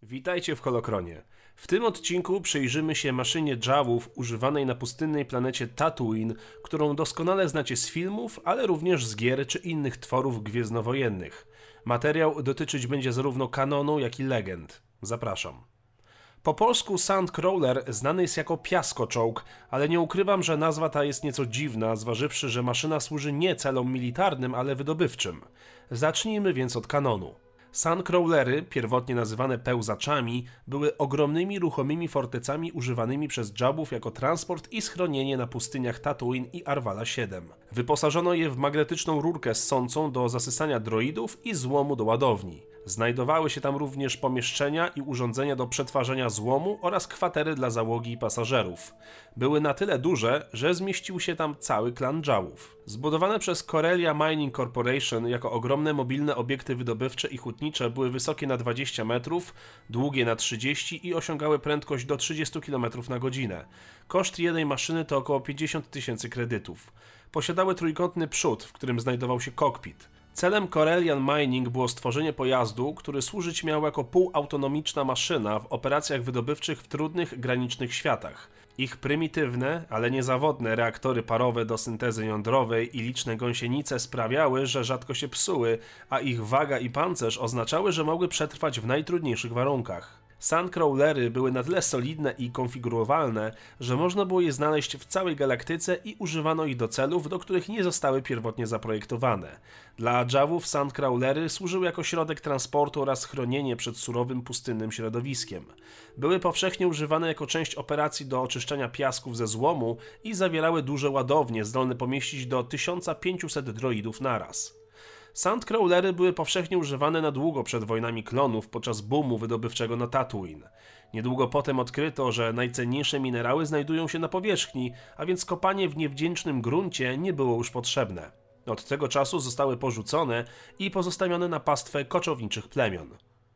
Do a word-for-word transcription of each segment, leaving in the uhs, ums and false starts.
Witajcie w Holokronie. W tym odcinku przyjrzymy się maszynie Jawów używanej na pustynnej planecie Tatooine, którą doskonale znacie z filmów, ale również z gier czy innych tworów gwiezdnowojennych. Materiał dotyczyć będzie zarówno kanonu, jak i legend. Zapraszam. Po polsku Sandcrawler znany jest jako piaskoczołg, ale nie ukrywam, że nazwa ta jest nieco dziwna, zważywszy, że maszyna służy nie celom militarnym, ale wydobywczym. Zacznijmy więc od kanonu. Sandcrawlery, pierwotnie nazywane pełzaczami, były ogromnymi ruchomymi fortecami używanymi przez Jawów jako transport i schronienie na pustyniach Tatooine i Arvala siedem. Wyposażono je w magnetyczną rurkę ssącą do zasysania droidów i złomu do ładowni. Znajdowały się tam również pomieszczenia i urządzenia do przetwarzania złomu oraz kwatery dla załogi i pasażerów. Były na tyle duże, że zmieścił się tam cały klan Jawów. Zbudowane przez Corellia Mining Corporation jako ogromne mobilne obiekty wydobywcze i hutnicze były wysokie na dwadzieścia metrów, długie na trzydzieści i osiągały prędkość do trzydziestu kilometrów na godzinę. Koszt jednej maszyny to około pięćdziesiąt tysięcy kredytów. Posiadały trójkątny przód, w którym znajdował się kokpit. Celem Corellian Mining było stworzenie pojazdu, który służyć miał jako półautonomiczna maszyna w operacjach wydobywczych w trudnych, granicznych światach. Ich prymitywne, ale niezawodne reaktory parowe do syntezy jądrowej i liczne gąsienice sprawiały, że rzadko się psuły, a ich waga i pancerz oznaczały, że mogły przetrwać w najtrudniejszych warunkach. Sandcrawlery były na tyle solidne i konfigurowalne, że można było je znaleźć w całej galaktyce i używano ich do celów, do których nie zostały pierwotnie zaprojektowane. Dla Jawów Sandcrawlery służyły jako środek transportu oraz chronienie przed surowym pustynnym środowiskiem. Były powszechnie używane jako część operacji do oczyszczania piasków ze złomu i zawierały duże ładownie zdolne pomieścić do tysiąc pięćset droidów naraz. Sandcrawlery były powszechnie używane na długo przed wojnami klonów podczas boomu wydobywczego na Tatooine. Niedługo potem odkryto, że najcenniejsze minerały znajdują się na powierzchni, a więc kopanie w niewdzięcznym gruncie nie było już potrzebne. Od tego czasu zostały porzucone i pozostawione na pastwę koczowniczych plemion.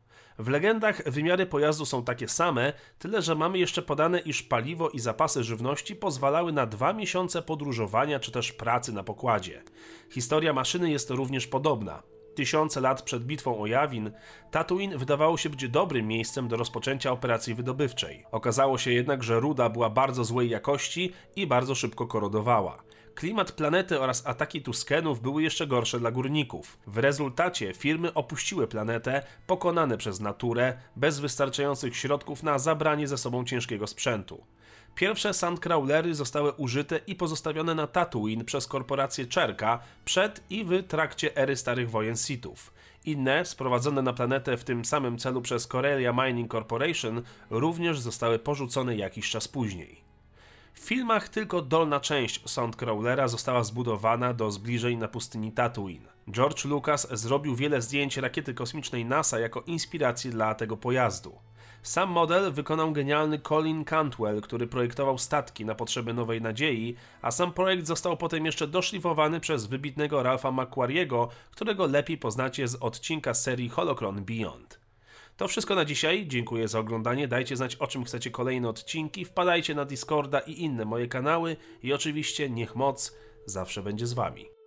W legendach wymiary pojazdu są takie same, tyle że mamy jeszcze podane, iż paliwo i zapasy żywności pozwalały na dwa miesiące podróżowania czy też pracy na pokładzie. Historia maszyny jest również podobna. Tysiące lat przed bitwą o Yavin, Tatooine wydawało się być dobrym miejscem do rozpoczęcia operacji wydobywczej. Okazało się jednak, że ruda była bardzo złej jakości i bardzo szybko korodowała. Klimat planety oraz ataki Tuskenów były jeszcze gorsze dla górników. W rezultacie firmy opuściły planetę, pokonane przez naturę, bez wystarczających środków na zabranie ze sobą ciężkiego sprzętu. Pierwsze Sandcrawlery zostały użyte i pozostawione na Tatooine przez korporację Czerka przed i w trakcie ery Starych Wojen Sithów. Inne, sprowadzone na planetę w tym samym celu przez Corellia Mining Corporation, również zostały porzucone jakiś czas później. W filmach tylko dolna część Sandcrawlera została zbudowana do zbliżeń na pustyni Tatooine. George Lucas zrobił wiele zdjęć rakiety kosmicznej NASA jako inspiracji dla tego pojazdu. Sam model wykonał genialny Colin Cantwell, który projektował statki na potrzeby Nowej Nadziei, a sam projekt został potem jeszcze doszlifowany przez wybitnego Ralpha McQuarriego, którego lepiej poznacie z odcinka serii Holocron Beyond. To wszystko na dzisiaj, dziękuję za oglądanie, dajcie znać, o czym chcecie kolejne odcinki, wpadajcie na Discorda i inne moje kanały i oczywiście niech moc zawsze będzie z wami.